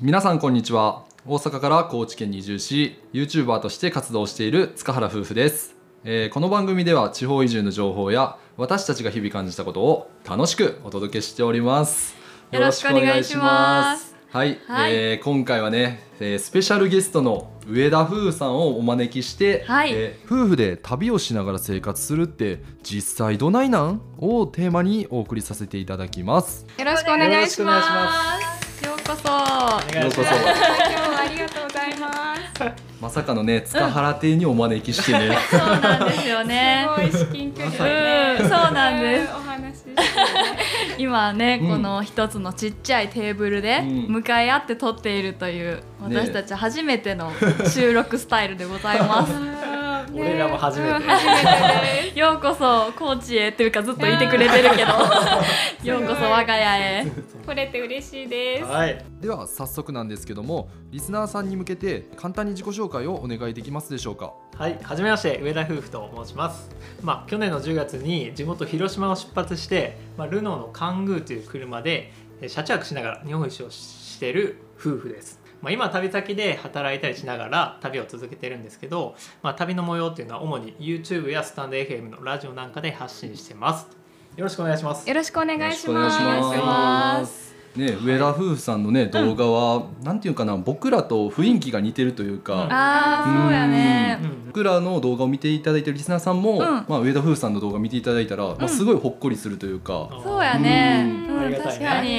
皆さんこんにちは。大阪から高知県に移住し YouTuber として活動している塚原夫婦です。この番組では地方移住の情報や私たちが日々感じたことを楽しくお届けしております。 よろしくお願いします。 はい、今回はね、スペシャルゲストの上田夫婦さんをお招きして、夫婦で旅をしながら生活するって実際どないなんをテーマにお送りさせていただきます。 よろしくお願いします。ようこそ。 ようこそ。 今日はありがとうございます。 まさかのね、塚原邸にお招きしてね、 そうなんですよね。 すごい至近距離でね、 そうなんです。 お話しして今ね、この一つのちっちゃいテーブルで向かい合って撮っているという、私たち初めての収録スタイルでございます。 俺らも初めて。 ようこそ高知へというかずっといてくれてるけどようこそ我が家へ来れて嬉しいです。 はい。 では早速なんですけども、リスナーさんに向けて簡単に自己紹介をお願いできますでしょうか。 はい、はじめまして上田夫婦と申します。去年の10月に地元広島を出発して、ルノーのカングーという車で車中泊しながら日本一周をしている夫婦です。今旅先で働いたりしながら旅を続けてるんですけど、旅の模様っていうのは主に YouTube やスタンド FM のラジオなんかで発信してます。よろしくお願いします。 よろしくお願いします。 よろしくお願いしますね、上田夫婦さんのね、動画はなんていうかな、僕らと雰囲気が似てるというか、 そうやね。 僕らの動画を見ていただいているリスナーさんも、上田夫婦さんの動画を見ていただいたら、すごいほっこりするというか、 そうやね。 確かに。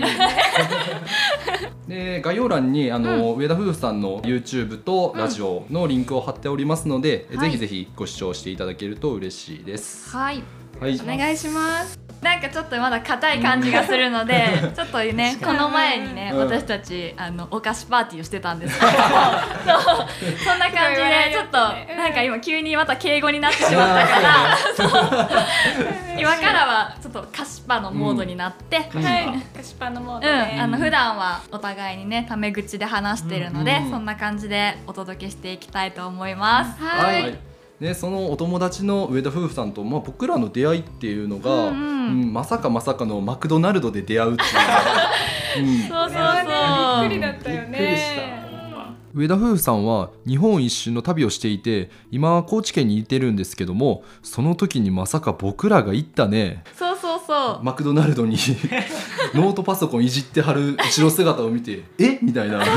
で概要欄に上田夫婦さんの YouTube とラジオのリンクを貼っておりますので、ぜひぜひご視聴していただけると嬉しいです。 はい、 はい、 お願いします。なんかちょっとまだ硬い感じがするのでちょっとね、この前にね、私たちお菓子パーティーをしてたんですけどそんな感じでちょっとなんか今急にまた敬語になってしまったから今からはちょっと菓子パのモードになって、 菓子パのモードで、 普段はお互いにねタメ口で話してるので、そんな感じでお届けしていきたいと思います。 はいね、そのお友達の上田夫婦さんと、僕らの出会いっていうのが、まさかのマクドナルドで出会うっていう、 そうそうそう、 びっくりだったよね。 びっくりした。 上田夫婦さんは日本一周の旅をしていて、今は高知県にいてるんですけども、その時にまさか僕らが行ったね、 そうそうそう、 マクドナルドにノートパソコンいじってはる後ろ姿を見てみたいな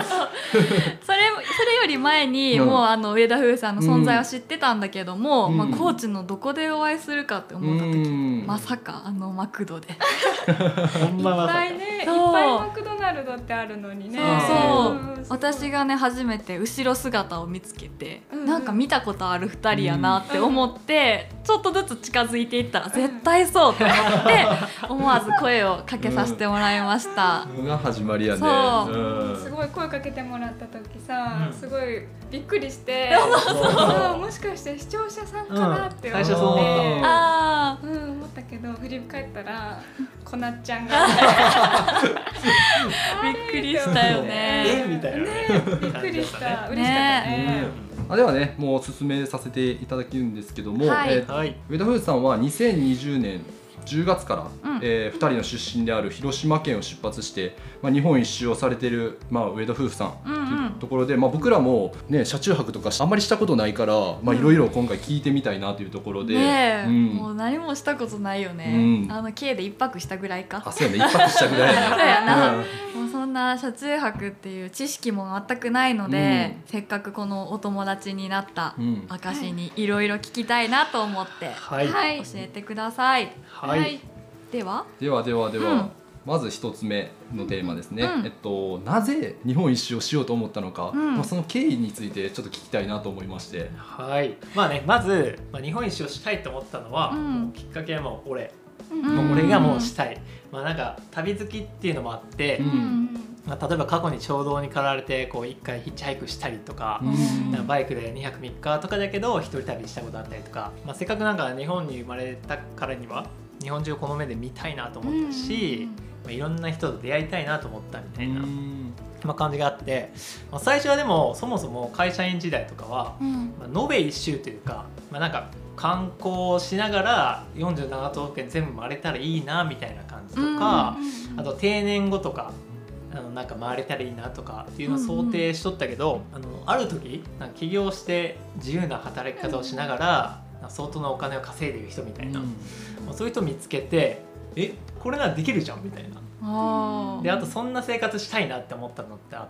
それより前にもう上田夫婦さんの存在を知ってたんだけども、高知のどこでお会いするかって思った時、まさかマクドでほんままさか。 いっぱいマクドナルドってあるのにね。 そう私がね初めて後ろ姿を見つけて、なんか見たことある2人やなって思って、ちょっとずつ近づいていったら絶対そうと思って思わず声をかけさせてもらいました。 が始まりやね。 すごい声かけてもらった時さ、すごいびっくりして、もしかして視聴者さんかなって思って、 最初そう思った思ったけど振り返ったらこなっちゃんがびっくりしたよね。 みたいなね。 びっくりした。嬉しかったね。 ではね、もう進めさせていただけるんですけども、上田夫婦さんは2020年10月から、2人の出身である広島県を出発して、日本一周をされている、上田夫婦さんというところで、僕らも、ね、車中泊とかあんまりしたことないから、いろいろ今回聞いてみたいなというところで、 もう何もしたことないよね。K で1泊したぐらいか。 そうやね、1泊したぐらいやね。 そうやな。もうそんな車中泊っていう知識も全くないので、せっかくこのお友達になった証にいろいろ聞きたいなと思って教えてください。ではまず一つ目のテーマですね。なぜ日本一周をしようと思ったのか、その経緯についてちょっと聞きたいなと思いまして。 まず、日本一周をしたいと思ったのは、きっかけはもう俺がもうしたい。なんか旅好きっていうのもあって、例えば過去に衝動に駆られて一回ヒッチハイクしたりとか、バイクで2泊3日とかだけど一人旅したことあったりとか、せっかくなんか日本に生まれたからには日本中この目で見たいなと思ったし、いろんな人と出会いたいなと思ったみたいな、感じがあって、最初はでもそもそも会社員時代とかは、延べ一周というか、なんか観光しながら47都道府県全部回れたらいいなみたいな感じとか、あと定年後とかなんか回れたらいいなとかっていうのを想定しとったけど、ある時なんか起業して自由な働き方をしながら相当なお金を稼いでる人みたいな、そういう人見つけてこれならできるじゃんみたいな。であとそんな生活したいなって思ったのってあって、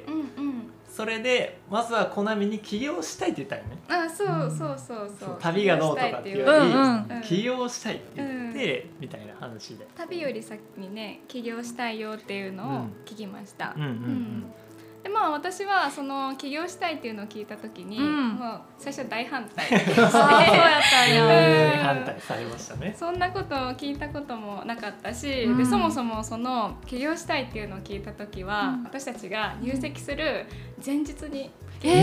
それでまずはコナミに起業したいって言ったよね。 そう旅がどうとかっていうより起業したいって言ってみたいな話で、 旅より先にね起業したいよっていうのを聞きました。で私はその起業したいっていうのを聞いた時に、もう最初大反対してそうやったんや、 大反対されましたね。 そんなことを聞いたこともなかったし、でそもそもその起業したいっていうのを聞いた時は、私たちが入籍する前日にこれ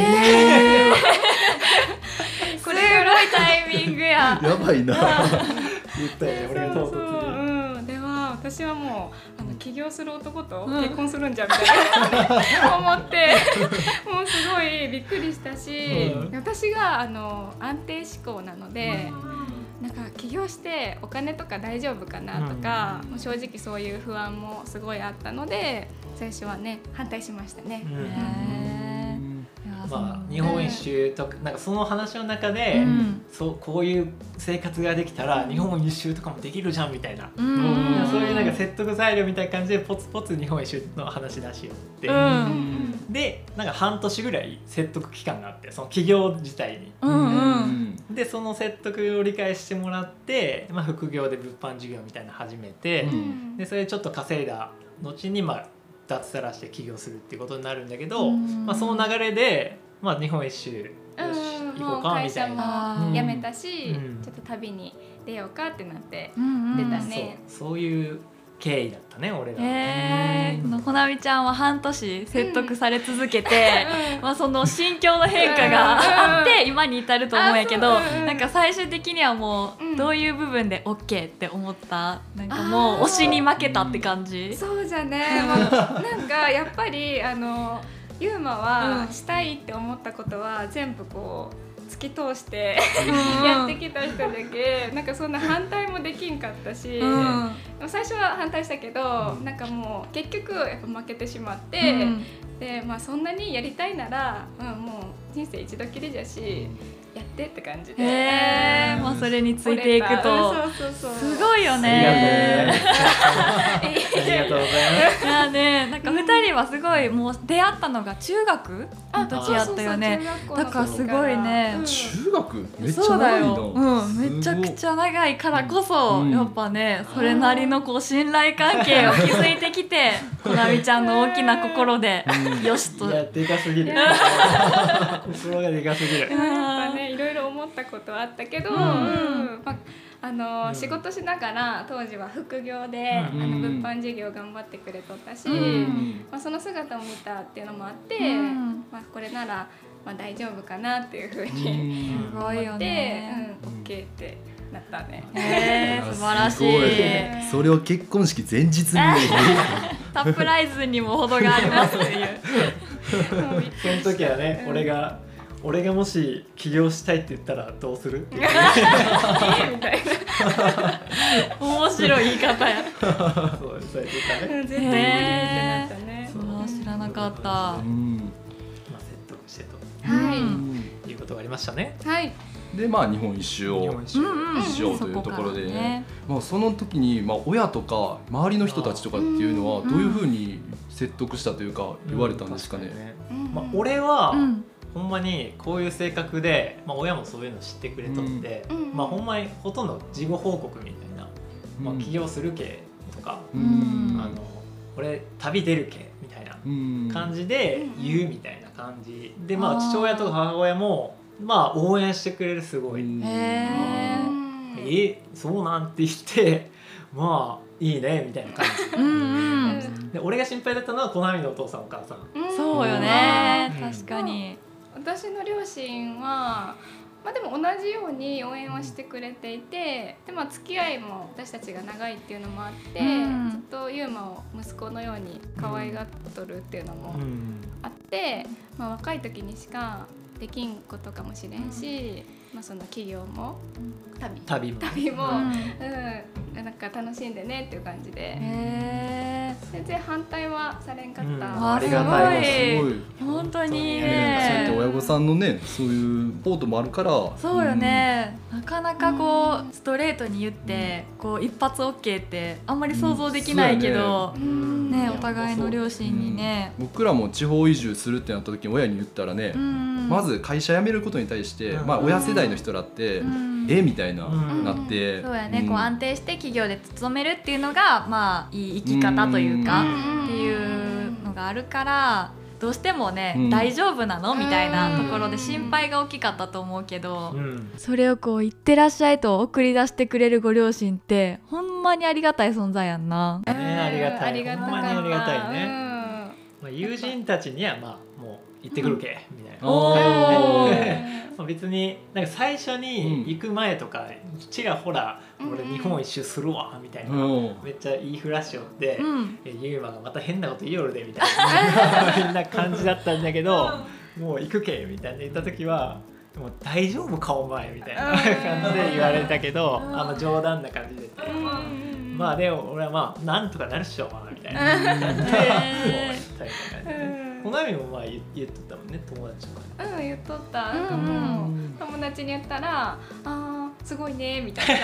すごいタイミングややばいな言ったよね、俺が唐突に。 では私はもう起業する男と結婚するんじゃみたいな思ってもうすごいびっくりしたし、私が安定志向なので、なんか起業してお金とか大丈夫かなとか、正直そういう不安もすごいあったので最初はね反対しましたね。 日本一周とかなんかその話の中で、こういう生活ができたら日本一周とかもできるじゃんみたいな、そういうなんか説得材料みたいな感じでポツポツ日本一周の話出しよって、でなんか半年ぐらい説得期間があって、その起業自体に、でその説得を理解してもらって、副業で物販事業みたいなの始めて、でそれでちょっと稼いだ後に脱サラして起業するっていうことになるんだけど、その流れで、日本一周よし行こうかみたいな、 もう会社も辞めたし、ちょっと旅に出ようかってなって出たね。 そういう経緯だったね、俺ら。 このコナミちゃんは半年説得され続けて、その心境の変化があって今に至ると思うんやけど、なんか最終的にはもうどういう部分で OK って思った？なんかもう推しに負けたって感じ？ そうじゃね、なんかやっぱりユーマはしたいって思ったことは全部こう突き通してやってきた人だけなんかそんな反対もできんかったし、最初は反対したけど、なんかもう結局やっぱ負けてしまって、でそんなにやりたいなら、もう人生一度きりじゃしやってって感じで、 それについていくとすごいよね。 ありがとうございます。 いやね、なんか2人はすごいもう出会ったのが中学の時やったよね。だからすごいね。 中学めっちゃ長いの。 めちゃくちゃ長いからこそやっぱね、それなりのこう信頼関係を築いてきて、コナミちゃんの大きな心でよしと。 いやでかすぎる。心がでかすぎる。 いろいろ思ったことはあったけど、仕事しながら当時は副業で物販事業頑張ってくれとったし、その姿を見たっていうのもあって、これなら大丈夫かなっていうふうに思って、OK ってなったね。 素晴らしい。 それを結婚式前日にサプライズにも程がありますという。 その時はね、俺がもし起業したいって言ったらどうする？みたいな。面白い言い方や。 そう言ってたね。 絶対無理ってなったね。 知らなかった。 説得してと。いうことがありましたね。 はい。 で日本一周をしようというところで、その時に親とか周りの人たちとかっていうのはどういうふうに説得したというか言われたんですかね。 俺はほんまにこういう性格で、親もそういうの知ってくれとって、ほんまにほとんど事後報告みたいな、起業する系とか、俺旅出る系みたいな感じで言うみたいな感じで、父親とか母親も応援してくれる、すごい。そうなんて言っていいねみたいな感じ。で俺が心配だったのはコナミのお父さんお母さん。 そうよね、確かに。 私の両親はでも同じように応援はしてくれていて、で付き合いも私たちが長いっていうのもあって、ずっとユーマを息子のように可愛がっとるっていうのもあって、若い時にしかできんことかもしれんし、 その企業も旅もなんか楽しんでねっていう感じで、全然反対はされんかった。 ありがたい。 すごい本当にそうやって親御さんのねそういうポートもあるから。 そうよね、なかなかこうストレートに言ってこう一発 OK ってあんまり想像できないけど、ね、お互いの両親にね、 僕らも地方移住するってなった時に親に言ったらね、まず会社辞めることに対して、親世代の人らってみたいななって、 そうやね、こう安定して企業で勤めるっていうのがまあいい生き方というかっていうのがあるから、どうしてもね、大丈夫なのみたいなところで心配が大きかったと思うけど、それをこう言ってらっしゃいと送り出してくれるご両親ってほんまにありがたい存在やんな。 ありがたい、ほんまにありがたいね。友人たちにはもう行ってくるけみたいな、別になんか最初に行く前とかちらほら俺日本一周するわみたいな、めっちゃいいフラッシュをってユーマがまた変なこと言いよるでみたいな感じだったんだけど、もう行くけみたいな言った時はもう大丈夫かお前みたいな感じで言われたけど、冗談な感じでまあでも俺はなんとかなるっしょみたいな感じでこのみも言っとったもんね、友達も。 言っとった。友達に言ったらすごいねみたい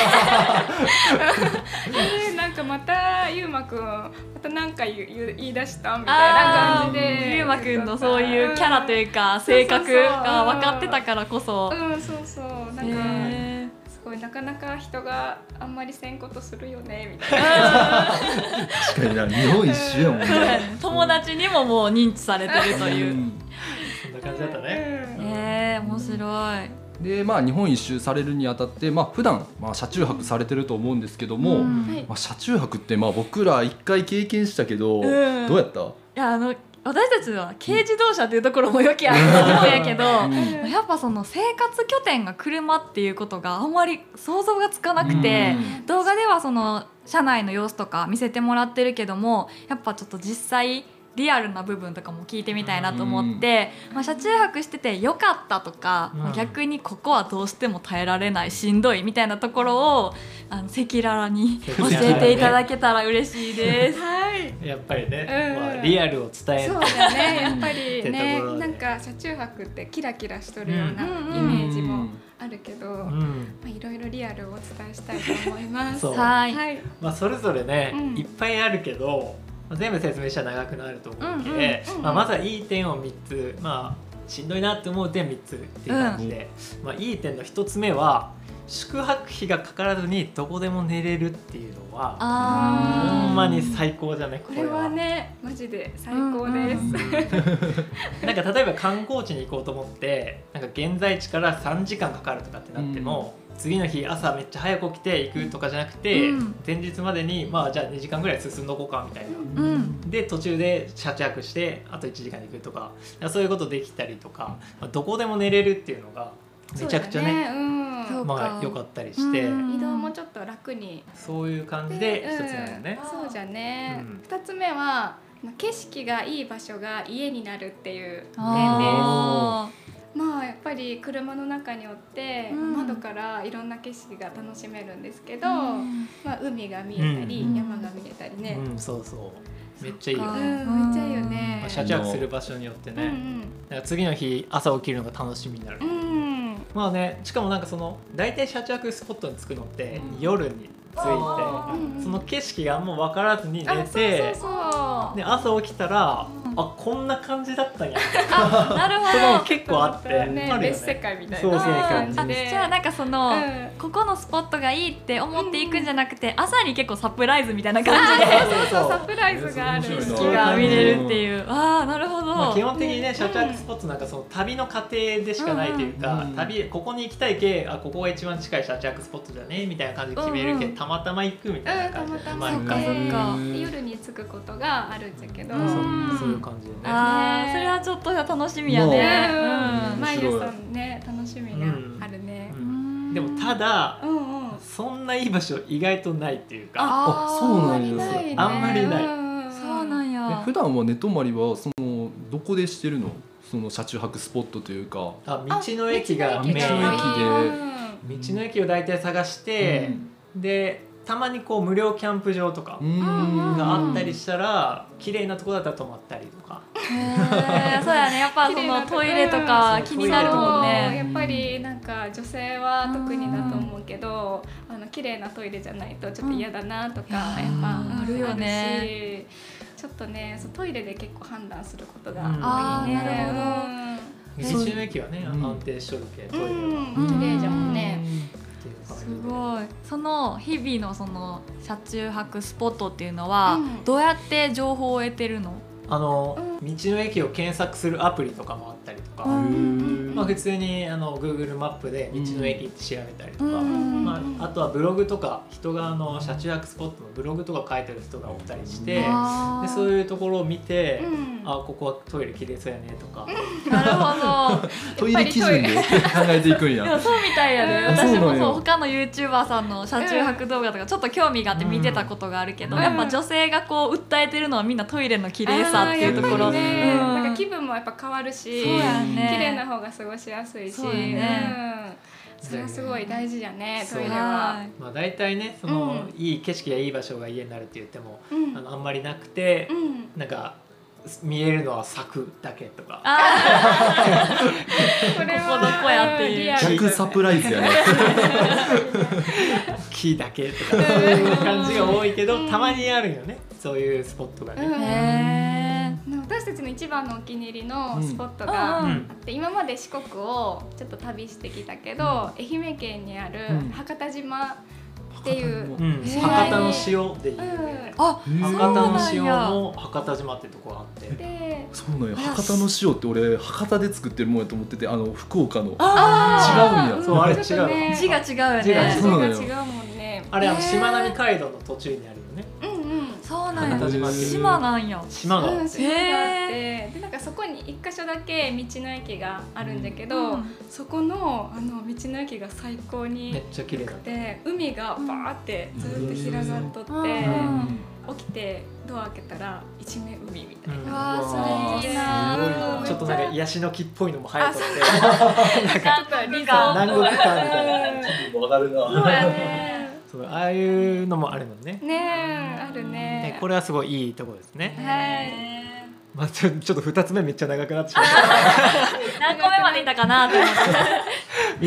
ななんかまたゆうまくんまた何か言い出したみたいな感じで、 ゆうまくんのそういうキャラというか性格が分かってたからこそ、 なんかすごいなかなか人があんまりせんことするよねみたいな確かにな、日本一周やもんね友達にももう認知されてるというそんな感じだったね。 面白い。 で日本一周されるにあたって、普段車中泊されてると思うんですけども、車中泊って僕ら一回経験したけど、どうやった？ いや私たちは軽自動車っていうところもよくあると思うんやけど、やっぱその生活拠点が車っていうことがあんまり想像がつかなくて、動画ではその車内の様子とか見せてもらってるけども、やっぱちょっと実際リアルな部分とかも聞いてみたいなと思って、車中泊しててよかったとか、逆にここはどうしても耐えられないしんどいみたいなところを赤裸々に教えていただけたら嬉しいです。 やっぱりね、リアルを伝える。 そうだね、やっぱりね、なんか車中泊ってキラキラしとるようなイメージもあるけど、いろいろリアルをお伝えしたいと思います。 それぞれね、いっぱいあるけど全部説明したら長くなると思うので、まずはいい点を3つ、しんどいなって思う点3つっていう感じで、いい点の1つ目は宿泊費がかからずにどこでも寝れるっていうのはほんまに最高じゃない？ これはねマジで最高です。 なんか例えば観光地に行こうと思ってなんか現在地から3時間かかるとかってなっても、次の日朝めっちゃ早く起きて行くとかじゃなくて、前日までにじゃあ2時間ぐらい進んどこうかみたいな、で途中で車中泊してあと1時間で行くとか、そういうことできたりとか、どこでも寝れるっていうのがめちゃくちゃね良かったりして、 移動もちょっと楽に、 そういう感じで1つ目だよね。 そうじゃね。2つ目は景色がいい場所が家になるっていう点です。やっぱり車の中におって窓からいろんな景色が楽しめるんですけど、海が見えたり山が見えたりね。 そうそうめっちゃいいよね。めっちゃいいよね。 車中泊する場所によってね、次の日朝起きるのが楽しみになる。しかもなんかその大体車中泊スポットに着くのって夜に着いて、その景色がもう分からずに寝て、で朝起きたらこんな感じだったんや。 なるほど。 その結構あって、 別世界みたいな感じで。 じゃあなんかそのここのスポットがいいって思っていくんじゃなくて、朝に結構サプライズみたいな感じで、 サプライズがある景色が見れるっていう。なるほど。 基本的にね車中泊スポットなんかその旅の過程でしかないというか、ここに行きたいけここが一番近い車中泊スポットだねみたいな感じで決めるけど、たまたま行くみたいな感じで、 夜に着くことがあるんだけど、 そういう感じでね。 それはちょっと楽しみやね。 毎朝ね楽しみがあるね。 でもただそんないい場所意外とないっていうか、 そうなんや。 あんまりない。 そうなんや。 普段は寝泊まりはどこでしてるの？その車中泊スポットというか。 道の駅がメイン。道の駅を大体探して、でたまにこう無料キャンプ場とかがあったりしたら綺麗なとこだったら泊まったりとか。 そうやね、やっぱそのトイレとか気になるもんね。 やっぱりなんか女性は特にだと思うけど、綺麗なトイレじゃないとちょっと嫌だなとかやっぱあるよね。ちょっとね、トイレで結構判断することが多いね。 道の駅はね、安定しとるけどトイレは綺麗じゃもんね。 すごい。その日々のその車中泊スポットっていうのはどうやって情報を得てるの？ 道の駅を検索するアプリとかもあったりとか、普通にGoogle マップで道の駅って調べたりとか、あとはブログとか人が車中泊スポットのブログとか書いてる人がおったりして、でそういうところを見て、ここはトイレきれいそうやねとか。 なるほど。 トイレ基準で考えていくんや。 そうみたいやね。私もそう他の YouTuber さんの車中泊動画とかちょっと興味があって見てたことがあるけど、やっぱ女性がこう訴えてるのはみんなトイレの綺麗さっていうところ。 なんか気分もやっぱ変わるし、綺麗な方が過ごしやすいし、それはすごい大事やね、トイレは。 大体ね、いい景色やいい場所が家になるって言ってもあんまりなくて、なんか見えるのは柵だけとか。 これはどこやっていう逆サプライズやね。 木だけとかそういう感じが多いけど、たまにあるよね、そういうスポットがね。 私たちの一番のお気に入りのスポットがあって、今まで四国をちょっと旅してきたけど、愛媛県にある博多島っていう、 博多の塩でいう、博多の塩の博多島ってとこがあって、 そうなんや。博多の塩って俺博多で作ってるもんやと思ってて、福岡の違うんや。 そう、あれ違う。 字が違うよね。 字が違うもんね。 あれしまなみ海道の途中にあるよね。 そうなんや。島なんや。 島があって、 でなんかそこに一箇所だけ道の駅があるんだけど、そこの道の駅が最高にめっちゃ綺麗だった。 海がバーってずっと広がっとって、起きてドア開けたら一面海みたいな。 わあ、それいいな。 ちょっとなんかヤシの木っぽいのも生えとって、 なんか南国感みたいな。 わかるな。 そうやね。 ああいうのもあるもんね。 ね、あるね。 これはすごいいいところですね。 はい。 ちょっと2つ目めっちゃ長くなってしまった。 何個目までいたかなと思って。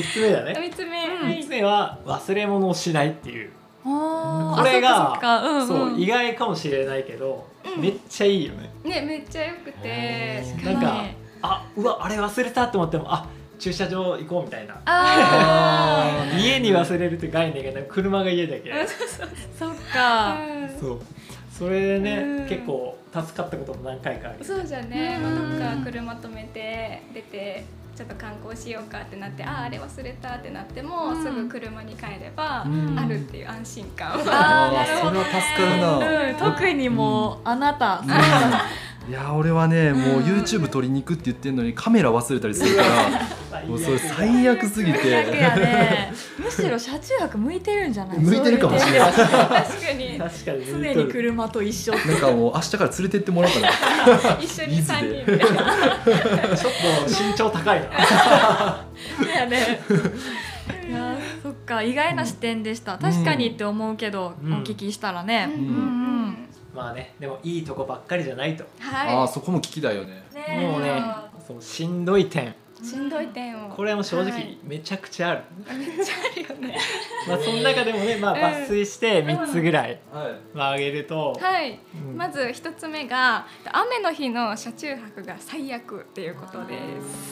3つ目だね。3つ目は忘れ物をしないっていう。これがそう意外かもしれないけど、めっちゃいいよね。 ね、めっちゃよくて、 なんかうわあれ忘れたって思っても駐車場行こうみたいな。家に忘れるって概念が車が家だけ。 そっか。 そうそれでね、結構助かったことも何回かある。 そうじゃね。どっか車止めて出てちょっと観光しようかってなって、あれ忘れたってなっても、すぐ車に帰ればあるっていう安心感。 なるほど。 それは助かるな。 特にもうあなた。 いや俺はね、もう YouTube 撮りに行くって言ってんのにカメラ忘れたりするからもうそれ最悪すぎて。 最悪やね。むしろ車中泊向いてるんじゃない？ 向いてるかもしれない。 確かに常に車と一緒。 なんかもう明日から連れてってもらおうかな。 一緒に3人で。 ちょっと身長高いな。 やね。いやそっか、意外な視点でした。確かにって思うけど、お聞きしたらね。 まあね、でもいいとこばっかりじゃないと。 そこも聞きだよね。 もうね、しんどい点。 しんどい点を。 これはもう正直めちゃくちゃある。 めっちゃあるよね。 その中でもね、抜粋して3つぐらい挙げると。 はい。まず1つ目が雨の日の車中泊が最悪っていうことです。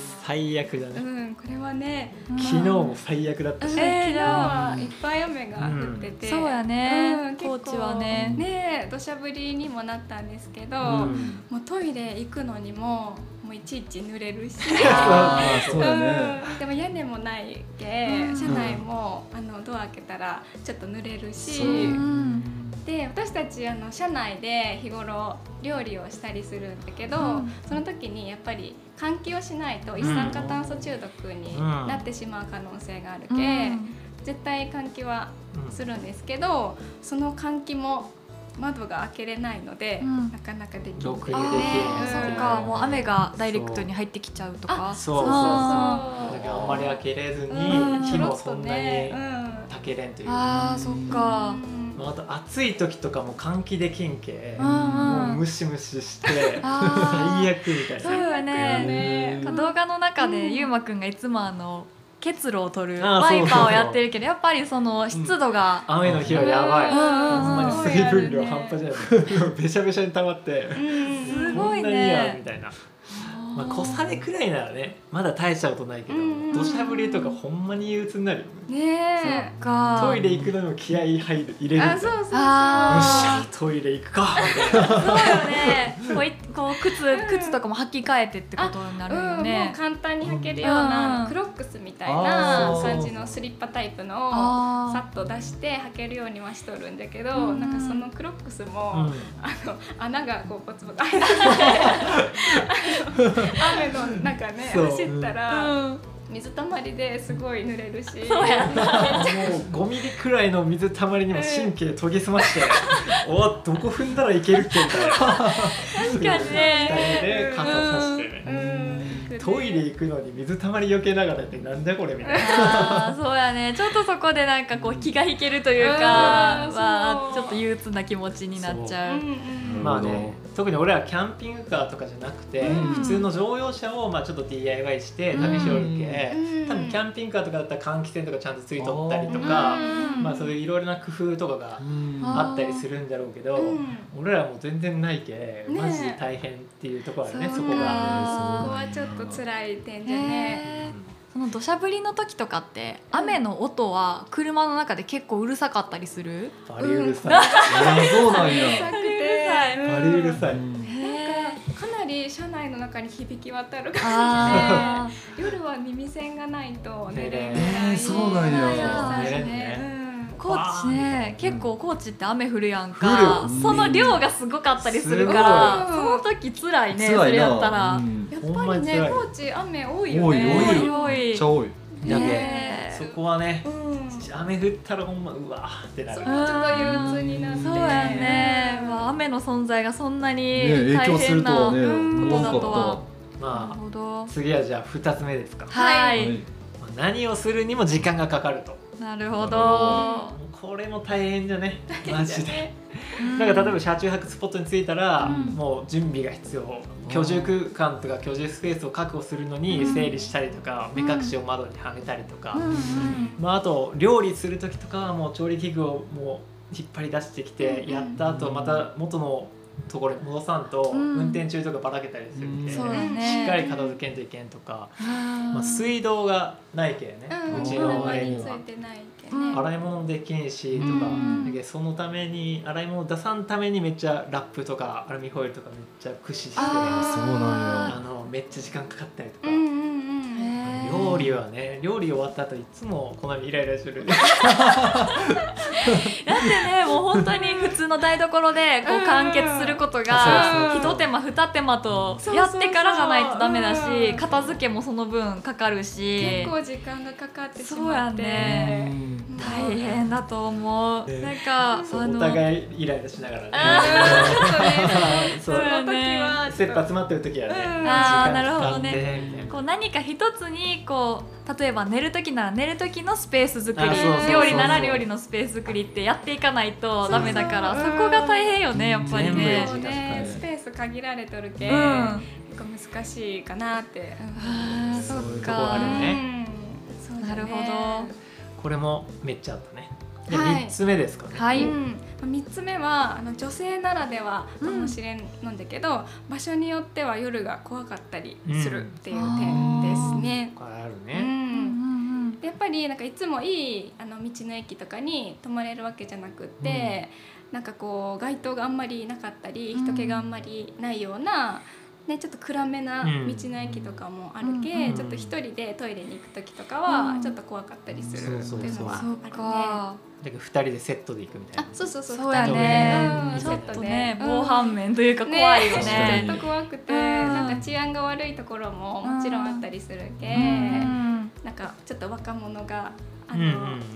最悪だね。 これはね、 昨日も最悪だったし。 昨日はいっぱい雨が降ってて。 そうやね。高知はね。 ね、土砂降りにもなったんですけど、もうトイレ行くのにもいちいち濡れるし。 そうだね。 でも屋根もないけ、車内もドア開けたらちょっと濡れるし。で私たち車内で日頃料理をしたりするんだけど、その時にやっぱり換気をしないと一酸化炭素中毒になってしまう可能性があるけ、絶対換気はするんですけど、その換気も窓が開けれないので、なかなかできない。 そうか、もう雨がダイレクトに入ってきちゃうとか。 そうだからあんまり開けれずに火もそんなにたけれんというか。 そっか。 あと暑い時とかも換気できんけ、もうムシムシして最悪みたいな。 そうよね。動画の中でゆうまくんがいつも結露を取るワイパーをやってるけど、やっぱりその湿度が雨の日はやばい。ほんまに水分量半端じゃない。べしゃべしゃに溜まってすごいね。 こんなにやみたいな。まあ小雨くらいならねまだ大したことないけど、土砂降りとかほんまに憂鬱になるよね。 トイレ行くのにも気合い入れるみたいな。よっしゃトイレ行くかみたいな。 そうよね。こう靴とかも履き替えてってことになるよね。 もう簡単に履けるようなクロックスみたいな感じのスリッパタイプのをさっと出して履けるようにはしとるんだけど、なんかそのクロックスも穴がこうポツポツ開いて雨の中ね走ったら水たまりですごい濡れるし、 そうやな。 もう5ミリくらいの水たまりにも神経研ぎ澄ましておどこ踏んだらいけるっけみたいな。確かにね。 で傘さしてトイレ行くのに水たまり避けながらってなんだこれみたいな。 そうやね。ちょっとそこでなんかこう気が引けるというか、ちょっと憂鬱な気持ちになっちゃう。 まあね、特に俺はキャンピングカーとかじゃなくて、普通の乗用車をまあちょっと DIY して旅しおるけ、多分キャンピングカーとかだったら換気扇とかちゃんとついとったりとか、まあそういういろいろな工夫とかがあったりするんだろうけど、俺らもう全然ないけマジで大変っていうところあるね。そこがそこはちょっと辛い点じゃね。 その土砂降りの時とかって雨の音は車の中で結構うるさかったりする？ バリうるさい。 そうなんや。 バリうるさい。 かなり車内の中に響き渡る感じで、夜は耳栓がないと寝れない。 そうなんや。 寝れんね。 高知ね、結構高知って雨降るやんか。その量がすごかったりするから、その時辛いね。それやったら。 やっぱりね、高知雨多いよね。 多い。 めっちゃ多い。 そこはね、雨降ったらほんまうわってなる。 ちょっと憂鬱になって。 そうやね。雨の存在がそんなに大変なことだとは。 まあ次はじゃあ2つ目ですか。 はい。 何をするにも時間がかかると。 なるほど。 これも大変じゃね、マジで。なんか例えば車中泊スポットに着いたら、もう準備が必要。居住空間とか居住スペースを確保するのに整理したりとか、目隠しを窓にはめたりとか、まああと料理する時とかはもう調理器具をもう引っ張り出してきて、やった後また元のところに戻さんと運転中とかばらけたりするんで、しっかり片付けんといけんとか、まあ水道がないけね、うちの家には洗い物できんしとか、そのために洗い物出さんためにめっちゃラップとかアルミホイルとかめっちゃ駆使して、めっちゃ時間かかったりとか。料理はね、料理終わった後いつもこんなにイライラする。だってね、もう本当に普通の台所でこう完結することが一手間二手間とやってからじゃないとダメだし、片付けもその分かかるし、 結構時間がかかってしまって、 そうやね、大変だと思う。なんかお互いイライラしながらね。 その時は切羽詰まってる時はね。 なるほどね。こう何か一つにこう例えば寝る時なら寝る時のスペース作り、料理なら料理のスペース作りってやっていかないとダメだから、そこが大変よね、やっぱりね。 スペース限られとるけ、結構難しいかなって。 そっか。なるほど。 これもめっちゃあったね。3つ目ですかね。 はい。 3つ目は女性ならではかもしれんのんだけど、場所によっては夜が怖かったりするっていう点ですね。 これあるね。 やっぱりなんかいつもいい道の駅とかに泊まれるわけじゃなくって、なんかこう街灯があんまりなかったり、人気があんまりないような。ね、ちょっと暗めな道の駅とかもあるけ、ちょっと一人でトイレに行く時とかはちょっと怖かったりするっていうのはあるね。 だから2人でセットで行くみたいな。 そうやね。ちょっとね、防犯面というか怖いよね。 ちょっと怖くて、なんか治安が悪いところももちろんあったりするけ、なんかちょっと若者がち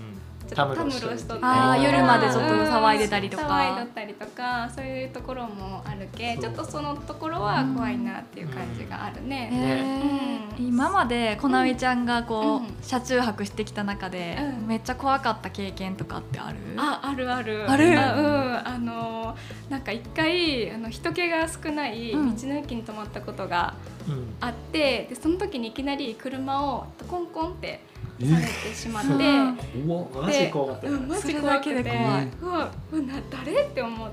ちょっとたむろしとったりとか、夜までちょっと騒いでたりとか、 騒いだったりとか、そういうところもあるけ、ちょっとそのところは怖いなっていう感じがあるね。 今までこなみちゃんがこう車中泊してきた中でめっちゃ怖かった経験とかってある？ あるある。なんか一回人気が少ない道の駅に泊まったことがあって、でその時にいきなり車をコンコンってされてしまって、 マジ怖かった。 マジ怖くて、誰って思って、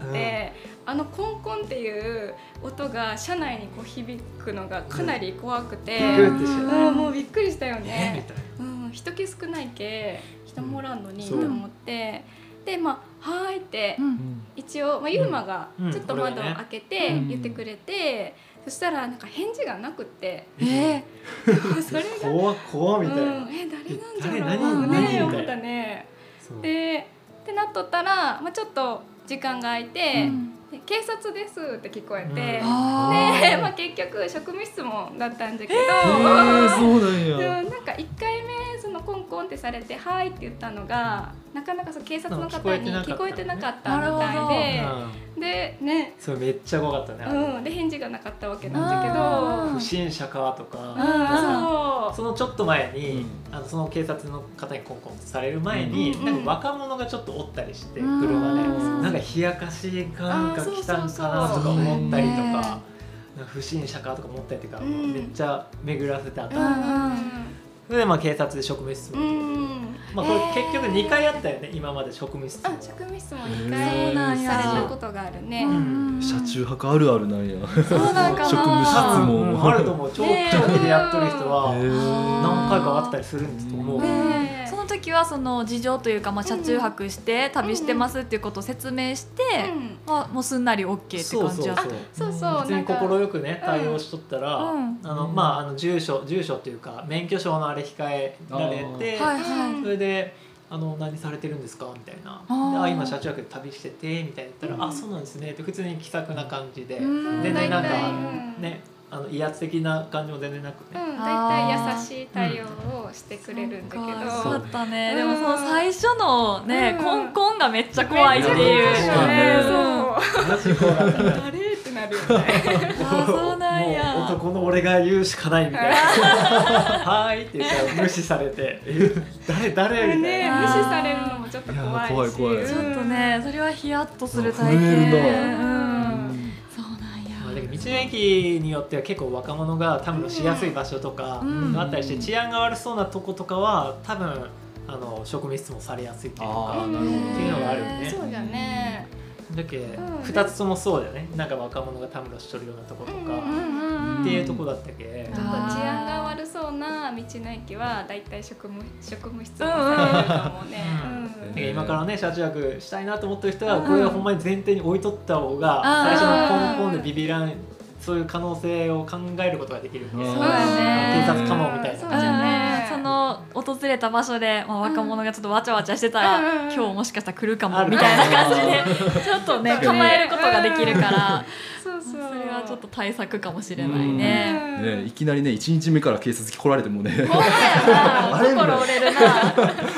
コンコンっていう音が車内にこう響くのがかなり怖くて、もうびっくりしたよね。人気少ないけ人もおらんのにと思って、ではーいって一応ユーマがちょっと窓を開けて言ってくれて、そしたらなんか返事がなくって、それが怖みたいな、 誰なんじゃろうね思ったね。でってなっとったら、ちょっと時間が空いて、警察ですって聞こえて、で、結局職務質問だったんだけど、 そうなんや。 なんか1回目そのコンコンってされて「はい」って言ったのがなかなか警察の方に聞こえてなかったみたいで、でね、 それめっちゃ怖かったね。 で返事がなかったわけなんだけど、 不審者かとか、そのちょっと前にその警察の方にコンコンとされる前に、なんか若者がちょっとおったりして車で、なんか冷やかし感が来たんかなとか思ったりとか、不審者かとか思ったりとか、めっちゃ巡らせてあった。それで警察で職務質問、これ結局2回あったよね、今まで職務質問。 職務質問2回されたことがあるね。 車中泊あるあるなんや。 そうなんかな。 職務質問あると思う。長期でやっとる人は何回かあったりするんですと思う。 その時はその事情というか、車中泊して旅してますっていうことを説明して、もうすんなり OK って感じやった。 そうそう。 普通に快くね対応しとったら、住所っていうか免許証のあれ控えられて、それで何されてるんですかみたいな、今車中泊で旅しててみたいな言ったら、そうなんですねって普通に気さくな感じで、全然なんかね威圧的な感じも全然なくね、 だいたい優しい対応をしてくれるんだけど、 そうだったね。でもその最初のね、コンコンがめっちゃ怖いっていう。 マジ怖かったね。 誰ってなるよね。 そうなんや。 もう男の俺が言うしかないみたいな。はーいって言ったら無視されて、誰みたいな。 無視されるのもちょっと怖いし、ちょっとね、それはヒヤッとする体験。 道の駅によっては結構若者がたむろしやすい場所とかがあったりして、治安が悪そうなとことかは多分職務質問されやすいっていうかっていうのがあるよね。 そうだね。 だけ2つともそうだよね。なんか若者がたむろしとるようなとことかっていうとこだったけ、 ちょっと治安が悪そうな道の駅はだいたい職務質問されると思うね。 今からね車中泊したいなと思ってる人はこれはほんまに前提に置いとった方が最初のコンコンでビビらん、そういう可能性を考えることができるんです。 そうだね。 警察かもみたいな。 そうだね。その訪れた場所で、若者がちょっとわちゃわちゃしてたら、今日もしかしたら来るかもみたいな感じでちょっとね構えることができるから、それはちょっと対策かもしれないね。 いきなりね1日目から警察来られてもね。 心折れるな。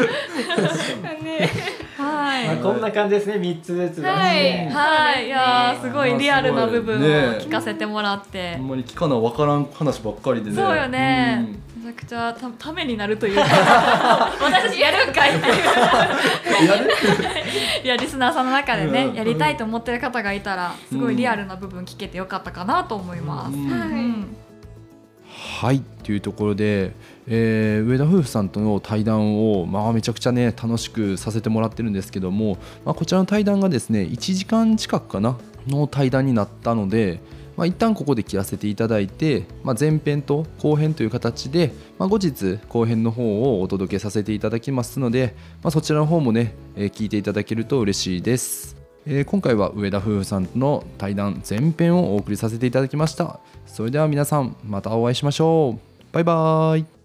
こんな感じですね。3つずつ。 はい、いやすごいリアルな部分を聞かせてもらって、 ほんまに聞かな分からん話ばっかりでね。 そうよね。めちゃくちゃためになるというか、私たちやるんかいっていう。いやリスナーさんの中でね、やりたいと思ってる方がいたら、すごいリアルな部分聞けてよかったかなと思います。 はい、というところで、上田夫婦さんとの対談を、めちゃくちゃね楽しくさせてもらってるんですけども、こちらの対談がですね1時間近くかなの対談になったので、一旦ここで切らせていただいて、前編と後編という形で、後日後編の方をお届けさせていただきますので、そちらの方もね、聞いていただけると嬉しいです。今回は上田夫婦さんとの対談前編をお送りさせていただきました。それでは皆さんまたお会いしましょう。バイバーイ。